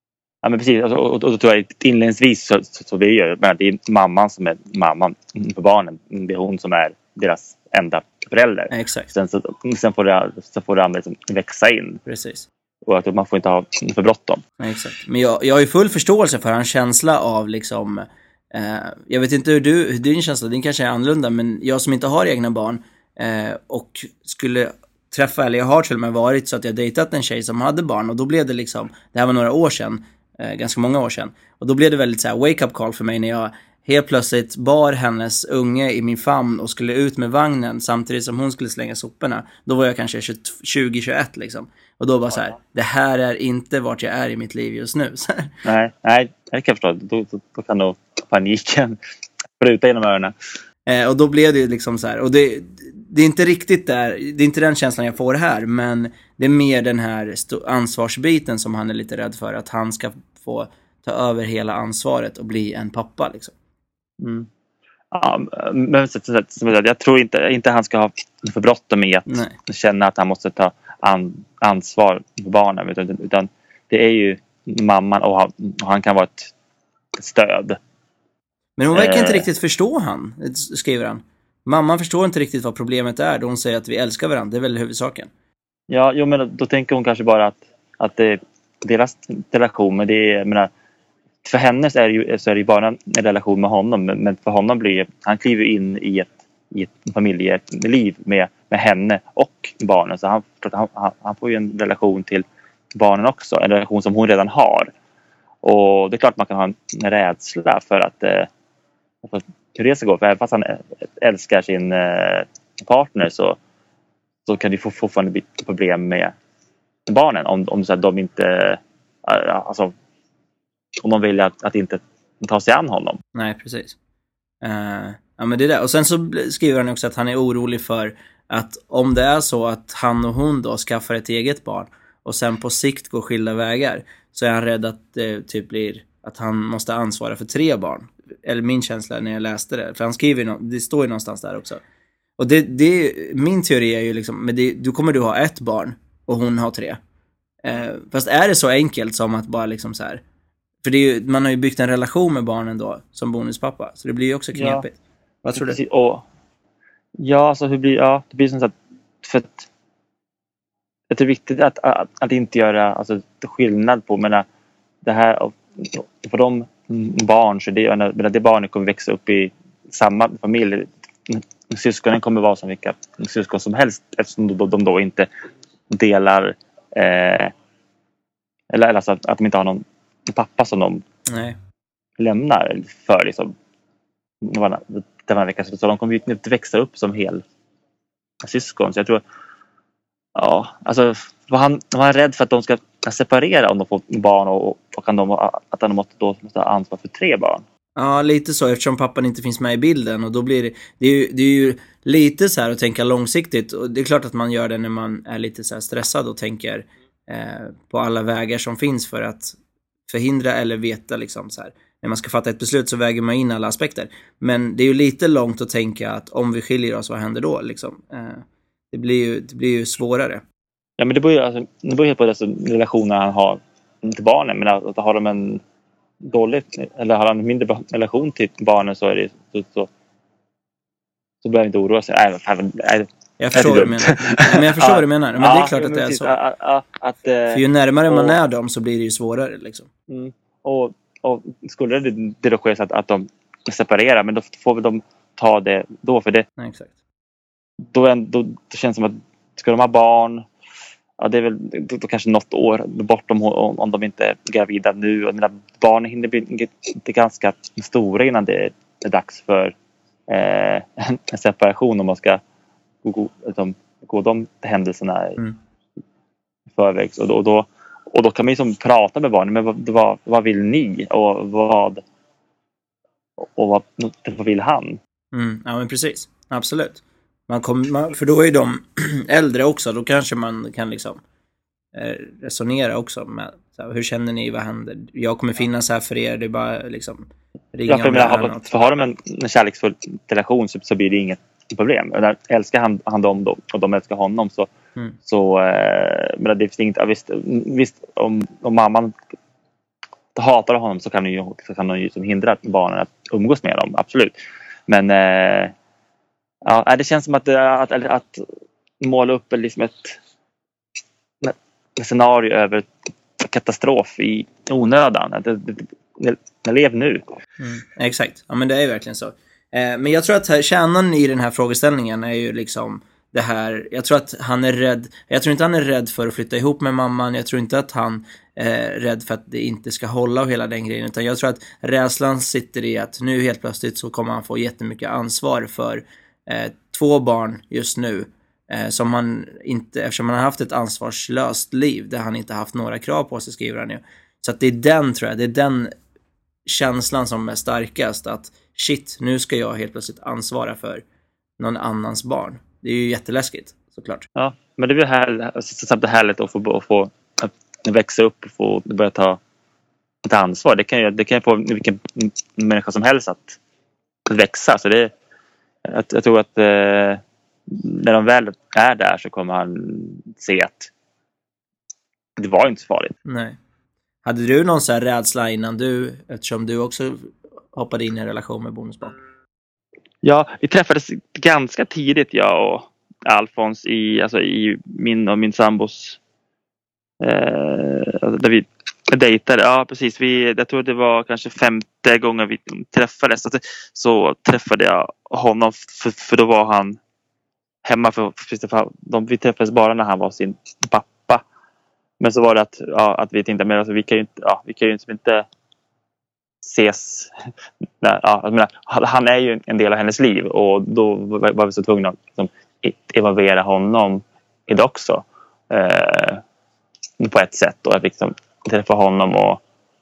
Ja, men precis. Och, och, och då tror jag inledningsvis så, så, så det är ju det är mamman som är mamman för barnen. Det är hon som är deras enda förälder. Exakt. Sen, så, sen får det, så får det andra liksom växa in. Precis. Och att man får inte ha för bråttom. Exakt. Men jag, jag har ju full förståelse för hans känsla av liksom... Eh, jag vet inte hur, du, hur din känsla, din kanske är annorlunda, men jag som inte har egna barn eh, och skulle träffa, eller jag har till och med varit så att jag dejtat en tjej som hade barn, och då blev det liksom, det här var några år sedan, eh, ganska många år sedan, och då blev det väldigt så här wake up call för mig när jag helt plötsligt bar hennes unge i min famn och skulle ut med vagnen samtidigt som hon skulle slänga soporna. Då var jag kanske tjugo tjugoett liksom. Och då var så här, det här är inte vart jag är i mitt liv just nu. nej, nej, jag kan förstå. Då, då, då kan nog paniken bryta genom öronen. Eh, och då blev det ju liksom så här, och det, det är inte riktigt där, det är inte den känslan jag får här, men det är mer den här ansvarsbiten som han är lite rädd för, att han ska få ta över hela ansvaret och bli en pappa liksom. Mm. Ja, men jag tror inte, inte han ska ha för bråttom med att Nej. känna att han måste ta an, ansvar för barnen, utan, utan det är ju mamman, och han, och han kan vara ett, ett stöd. Men hon verkar eh. inte riktigt förstå han, skriver han. Mamman förstår inte riktigt vad problemet är då hon säger att vi älskar varandra, det är väl huvudsaken. Ja, jo, men då, då tänker hon kanske bara att, att det, deras relation, men det är, menar, för henne så är, det ju, så är det ju bara en relation med honom, men för honom blir han kliver in i ett, i ett familjeliv med, med henne och barnen, så han, han, han får ju en relation till barnen också, en relation som hon redan har, och det är klart man kan ha en rädsla för att eh, för hur det ska gå, för även fast han älskar sin eh, partner så, så kan det få, fortfarande bli problem med barnen om, om så att de inte alltså om de vill att, att inte ta sig an honom. Nej, precis. Uh, ja, men det är det. Och sen så skriver han också att han är orolig för att om det är så att han och hon då skaffar ett eget barn och sen på sikt går skilda vägar, så är han rädd att det typ blir att han måste ansvara för tre barn. Eller min känsla när jag läste det. För han skriver ju, det står ju någonstans där också. Och det, det min teori är ju liksom, men det, du kommer du ha ett barn och hon har tre. Uh, fast är det så enkelt som att bara liksom så här. För det är ju, man har ju byggt en relation med barnen då som bonuspappa. Så det blir ju också knepigt. Ja. Vad tror du? Och, ja, alltså hur blir, ja, det blir som så att, för att det är viktigt att, att, att inte göra alltså, skillnad på, men det här för de barn, så det, men det barnet kommer växa upp i samma familj. Syskonen kommer vara som vilka syskon som helst, eftersom de, de då inte delar eh, eller alltså att, att de inte har någon pappa som de Nej. lämnar för liksom den här veckan, så de kommer ju inte växa upp som hel syskon, så jag tror ja, alltså var han, var han rädd för att de ska separera om de får barn, och, och kan de, att de måste, då måste ha ansvar för tre barn. Ja, lite så, eftersom pappan inte finns med i bilden, och då blir det, det är ju, det är ju lite så här att tänka långsiktigt, och det är klart att man gör det när man är lite så här stressad och tänker eh, på alla vägar som finns för att förhindra eller veta liksom så här. När man ska fatta ett beslut så väger man in alla aspekter. Men det är ju lite långt att tänka att om vi skiljer oss, vad händer då liksom? Eh, det blir ju det blir ju svårare. Ja, men det beror ju alltså, det beror ju på alltså, relationen han har till barnen, men att, att har de en dålig eller har han en mindre relation till barnen, så är det så så, så börjar jag inte oroa sig. Nej, fan, nej, jag förstår vad du menar. Men jag förstår vad du menar. Men ja, det är klart att det är så. Att, att, att, För ju närmare och, man är dem så blir det ju svårare liksom. Mm, och, och skulle det, det då ske så att, att de separerar, men då får vi de ta det då, för det. Nej, exakt. Då, då, då känns det som att ska de ha barn, ja, det är väl då, då kanske något år bort om, om, om de inte är gravida nu, och mina barn hinner bli det ganska stora innan det är dags för eh, en separation, om man ska gå, liksom, gå de händelserna i mm. förväg, och då, och då och då kan man ju som prata med barnen, men vad, vad, vad vill ni, och vad och vad, vad vill han? Mm, ja, men precis, absolut. Man kom, man, för då är de äldre också, då kanske man kan liksom eh, resonera också med så här, hur känner ni, vad händer? Jag kommer finnas här för er, det är bara liksom ringa. Ja, för, menar, har, för har de en, en kärleksfull relation så, så blir det inget problem. När älskar han, han dem då, och de älskar honom, så, mm. så eh, men det finns inget, ja, visst, visst om, om mamman hatar honom så kan de ju, så kan de ju som hindra barnen att umgås med dem, absolut. Men eh, ja, det känns som att, att, att, att måla upp liksom ett, ett scenario över katastrof i onödan. Att det, det, det, det lever nu. Mm, exakt, ja men det är verkligen så. Eh, men jag tror att här, kärnan i den här frågeställningen är ju liksom det här, jag tror att han är rädd, jag tror inte han är rädd för att flytta ihop med mamman, jag tror inte att han är rädd för att det inte ska hålla och hela den grejen, utan jag tror att rädslan sitter i att nu helt plötsligt så kommer han få jättemycket ansvar för eh, två barn just nu, eh, som han inte, eftersom han har haft ett ansvarslöst liv där han inte haft några krav på sig, skriver han ju. Så att det är den, tror jag, det är den känslan som är starkast, att shit, nu ska jag helt plötsligt ansvara för någon annans barn. Det är ju jätteläskigt, såklart. Ja, men det är ju här, så härligt att få, att få att växa upp och få börja ta, ta ansvar. Det kan ju det kan ju få vilken människa som helst att växa. Så det, jag, jag tror att eh, när de väl är där så kommer han se att det var inte så farligt. Nej. Hade du någon så här rädsla innan du, eftersom du också hoppade in i en relation med bonusbarn? Ja, vi träffades ganska tidigt, jag och Alfons, i, alltså i min och min sambos eh, där vi dejtade. Ja, precis. Vi, jag tror det var kanske femte gången vi träffades. Så, så träffade jag honom, för, för då var han hemma. För, för de, vi träffades bara när han var sin pappa. Men så var det att, ja, att vi tänkte, men alltså, vi kan ju inte, ja, vi kan ju inte, inte ses. Nej, ja, jag menar, han är ju en del av hennes liv, och då var vi så tvungna att liksom, evaluera honom i det också. Eh, på ett sätt. Och jag fick liksom, träffa honom och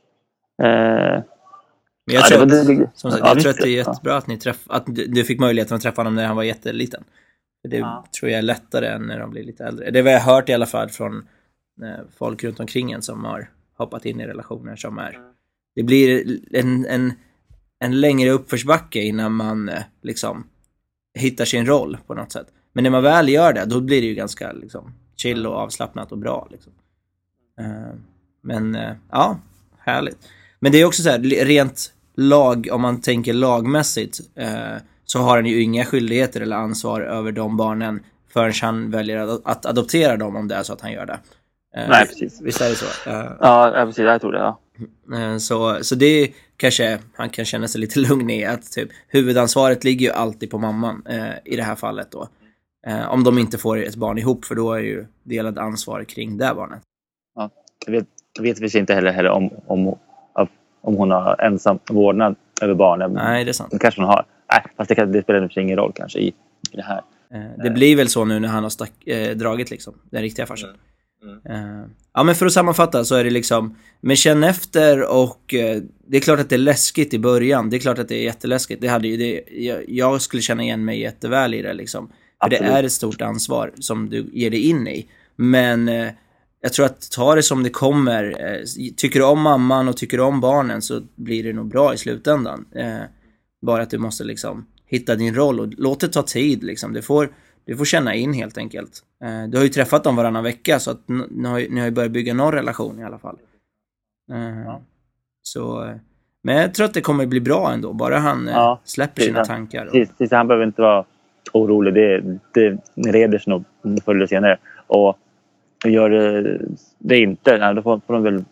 eh, men jag, ja, tror, det, att, det, som sagt, ja, jag tror att det är ja. jättebra att, ni träff, att du, du fick möjligheten att träffa honom när han var jätteliten. Det ja. tror jag är lättare än när de blir lite äldre. Det har jag hört i alla fall från eh, folk runt omkring en som har hoppat in i relationer som är. Det blir en, en, en längre uppförsbacke innan man eh, liksom hittar sin roll på något sätt. Men när man väl gör det, då blir det ju ganska liksom, chill och avslappnat och bra. Liksom. Uh, men uh, ja, härligt. Men det är också så här, rent lag, om man tänker lagmässigt, uh, så har han ju inga skyldigheter eller ansvar över de barnen förrän han väljer att, att adoptera dem, om det är så att han gör det. Uh, Nej, precis. Visst är det så? Uh, ja, precis. Jag tror det, ja. Uh, så, så det kanske han kan känna sig lite lugn i, att typ, huvudansvaret ligger ju alltid på mamman uh, i det här fallet då. Uh, om de inte får ett barn ihop, för då är det ju delad ansvar kring det barnet. Ja, jag vet, jag vet vi inte heller, heller om, om, om hon har ensam vårdnad över barnen. Nej, det är sant. Det kanske hon har. Nej, fast det, kan, det spelar nog ingen roll kanske i, i det här. Uh, det blir väl så nu när han har stack, uh, dragit liksom, den riktiga farsan. Mm. Mm. Uh, ja, men för att sammanfatta så är det liksom, men känn efter, och uh, det är klart att det är läskigt i början. Det är klart att det är jätteläskigt. Det hade ju det, jag, jag skulle känna igen mig jätteväl i det liksom. För det är ett stort ansvar som du ger dig in i. Men uh, jag tror att ta det som det kommer. Uh, tycker du om mamman och tycker du om barnen, så blir det nog bra i slutändan. Uh, bara att du måste liksom hitta din roll, och låt det ta tid liksom. Det får Du får känna in helt enkelt. Eh, du har ju träffat dem varannan vecka, så att n- ni, har ju, ni har ju börjat bygga någon relation i alla fall. Eh, ja. Så, men jag tror att det kommer bli bra ändå. Bara han eh, ja, släpper sina han, tankar. Och... Precis, precis, han behöver inte vara orolig. Det, det reder sig nog förr eller senare. Och gör det, det inte, då får, får de väl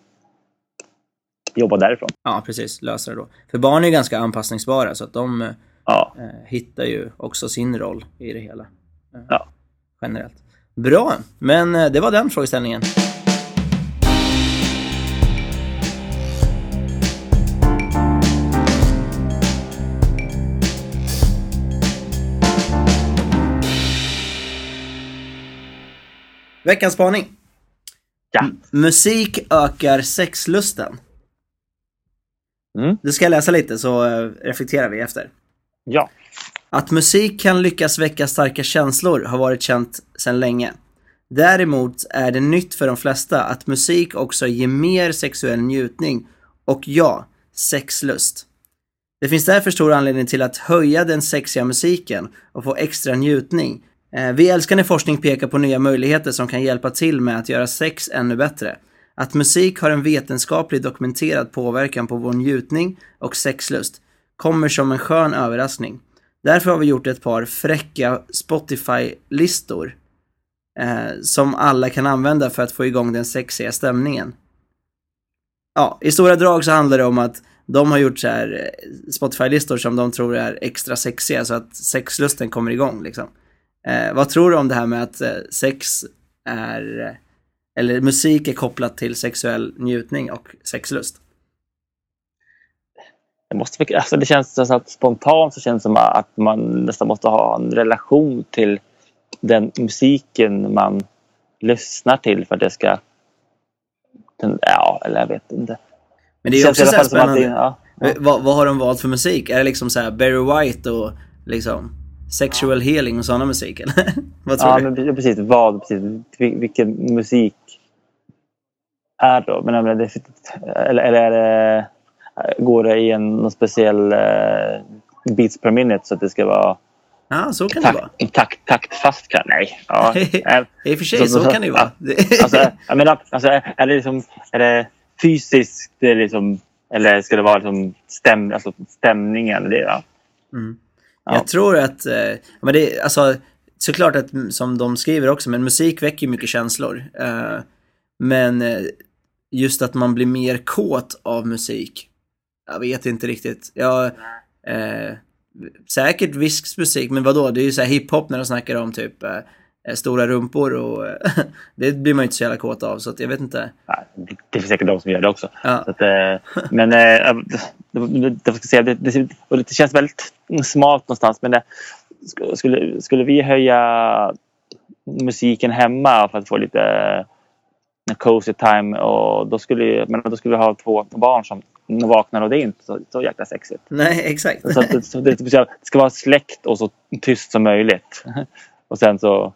jobba därifrån. Ja, precis. Lösa det då. För barn är ju ganska anpassningsbara, så att de... Ja. Eh, hittar ju också sin roll i det hela. Eh, ja. Generellt. Bra, men eh, det var den frågeställningen. Veckans spaning. Ja. M- musik ökar sexlusten. Mm. Du ska läsa lite, så eh, reflekterar vi efter. Ja. Att musik kan lyckas väcka starka känslor har varit känt sedan länge. Däremot är det nytt för de flesta att musik också ger mer sexuell njutning och ja, sexlust. Det finns därför stor anledning till att höja den sexiga musiken och få extra njutning. Vi älskar när forskning pekar på nya möjligheter som kan hjälpa till med att göra sex ännu bättre. Att musik har en vetenskaplig dokumenterad påverkan på vår njutning och sexlust kommer som en skön överraskning. Därför har vi gjort ett par fräcka Spotify-listor eh, som alla kan använda för att få igång den sexiga stämningen. Ja, i stora drag så handlar det om att de har gjort så här Spotify-listor som de tror är extra sexiga så att sexlusten kommer igång liksom. Eh, vad tror du om det här med att eh, sex är, eller musik är kopplat till sexuell njutning och sexlust? Det, måste, alltså det känns så att spontant så känns det som att man nästan måste ha en relation till den musiken man lyssnar till för att det ska, ja, eller jag vet inte. Men det är ju också så här spännande. Det, ja, ja. Vad, vad har de valt för musik? Är det liksom så här Barry White och liksom sexual ja. healing och sådana musik? Eller? Vad tror ja, du? Men precis. Vad, precis. Vilken musik är då? Men, men det, eller, eller är det, går det i en någon speciell uh, beats per minute så att det ska vara ja, så kan takt, det vara. Takt, takt fast kan nej. Ja. I och för sig så, så, så kan det ju vara. Ja. Alltså, jag menar, alltså, är det liksom är det fysiskt det är liksom, eller ska det vara liksom stäm, alltså stämningen det ja. Mm. Ja. Jag tror att eh, men det alltså såklart att som de skriver också men musik väcker mycket känslor. Eh, men eh, just att man blir mer kåt av musik. Jag vet inte riktigt. Jag eh, säkert viss musik, men vadå? Det är ju så här hiphop när de snackar om typ eh, stora rumpor och det blir man ju inte så jävla kåt av, så att jag vet inte. Ja, det, det är säkert de som gör det också. Ja. Så att, eh, men eh, det, det, ska säga, det, det, och det känns väldigt smalt någonstans, men det, skulle, skulle vi höja musiken hemma för att få lite eh, cozy time, och då skulle, men då skulle vi ha två barn som vaknar och det är inte så, så jäkla sexigt. Nej, exakt. Så, att det, så det, det ska vara släckt och så tyst som möjligt. Och sen så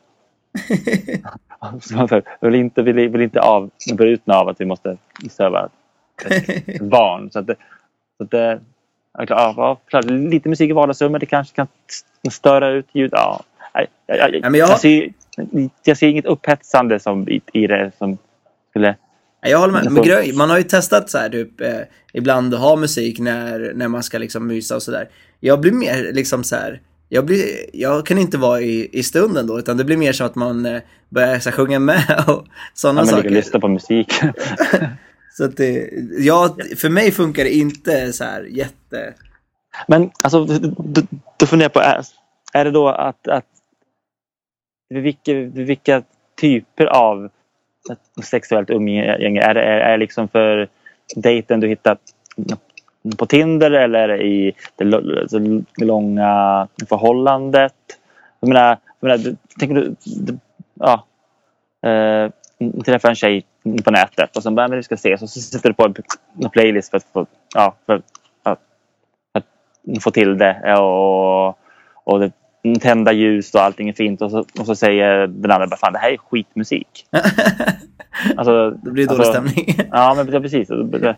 så vill inte vill, vill inte av brutna av att vi måste söva ett barn, så att det, så att det ja, klart, lite musik i vardagsrummet, det kanske kan störa ut ljud. Ja, jag, jag, jag, ja, men jag, jag, ser, jag ser inget upphetsande som i, i det som skulle. Jag håller med, men grej, man har ju testat så här typ eh, ibland att ha musik när, när man ska liksom mysa och sådär. Jag blir mer liksom så här, jag blir jag kan inte vara i, i stunden då, utan det blir mer så att man eh, börjar så här, sjunga med och sådana ja, saker. Men lyssna på musik. Så att det, ja, för mig funkar det inte så här jätte. Men alltså du, du funderar på är, är det då att att vilka vilka typer av sexuellt umgänge är det är, är liksom för dejten du hittat på Tinder, eller i det, det långa förhållandet? Jag menar, jag menar tänker du ja eh, träffa en tjej på nätet och sen bara men vi ska se, så sätter du på en, en playlist för att få ja för, för, för att få till det och och det tända ljus och allting är fint, och så, och så säger den andra bara fan det här är skitmusik. Alltså det blir alltså, dålig stämning. Ja men precis.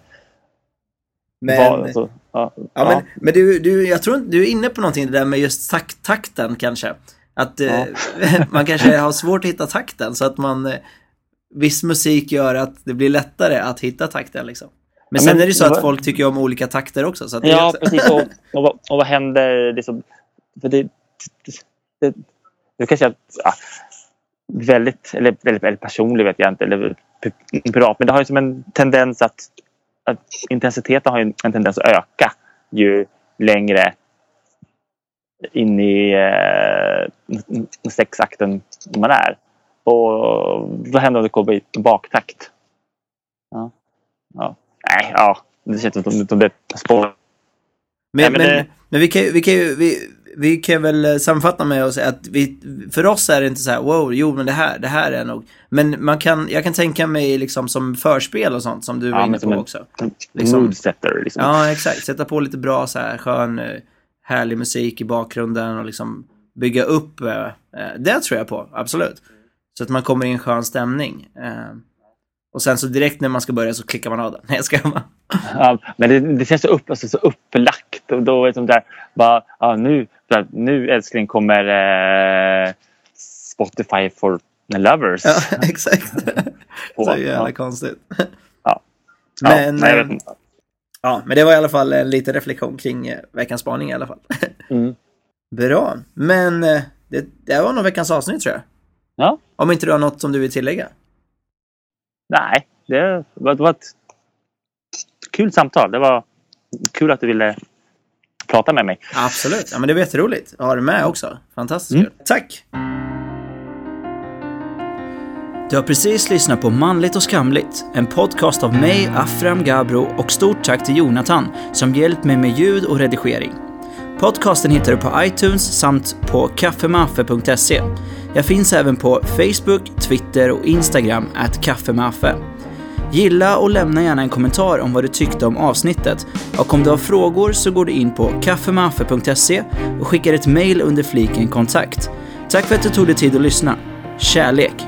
Men, var, alltså, ja, ja, ja. men, men du, du, jag tror du är inne på någonting det där med just takt, takten kanske. Att ja. eh, man kanske har svårt att hitta takten, så att man eh, viss musik gör att det blir lättare att hitta takten liksom. Men ja, sen men, är det så att folk tycker om olika takter också. Så att ja, det, precis. Och, och, och, och vad händer liksom, för det, det, det, det kanske är ja, väldigt, eller väldigt, väldigt personligt vet jag inte, eller privat, men det har ju som en tendens att, att intensiteten har ju en tendens att öka ju längre in i eh, sexakten man är. Och vad händer om det kommer i baktakt? Ja. Ja. Nej, ja. Det känns som att det är spår. Men, Nej, men, men, det... men vi kan ju vi kan ju vi, vi kan väl sammanfatta med att säga att vi, för oss är det inte så här wow, jo men det här det här är nog, men man kan jag kan tänka mig liksom som förspel och sånt som du var ja, inne på en, också. Liksom moodsetter liksom. Ja, exakt. Sätta på lite bra så här skön härlig musik i bakgrunden och liksom bygga upp eh, det tror jag på, absolut. Så att man kommer i en skön stämning. Eh, och sen så direkt när man ska börja så klickar man av den. Nej, jag ska man. Ja, men det, det känns så upp alltså, så upplagt, och då är det som där bara ja, nu för att nu älskling kommer eh, Spotify for lovers. Ja, exakt. Så jävla ja. konstigt. Men, ja, nej, jag vet inte. Ja, men det var i alla fall en liten reflektion kring veckans spaning i alla fall. Mm. Bra, men det, det var nog veckans avsnitt tror jag. Ja. Om inte du har något som du vill tillägga. Nej, det var, det var ett kul samtal. Det var kul att du ville prata med mig. Absolut, ja men det var jätteroligt att ha dig med också. Fantastiskt Mm. kul. Tack! Du har precis lyssnat på Manligt och skamligt, en podcast av mig, Afram Gabro, och stort tack till Jonathan som hjälpt mig med ljud och redigering. Podcasten hittar du på iTunes samt på kaffemaffe punkt se. Jag finns även på Facebook, Twitter och Instagram at kaffemaffe. Gilla och lämna gärna en kommentar om vad du tyckte om avsnittet. Och om du har frågor så går du in på kaffemaffe punkt se och skickar ett mejl under fliken kontakt. Tack för att du tog dig tid att lyssna. Kärlek!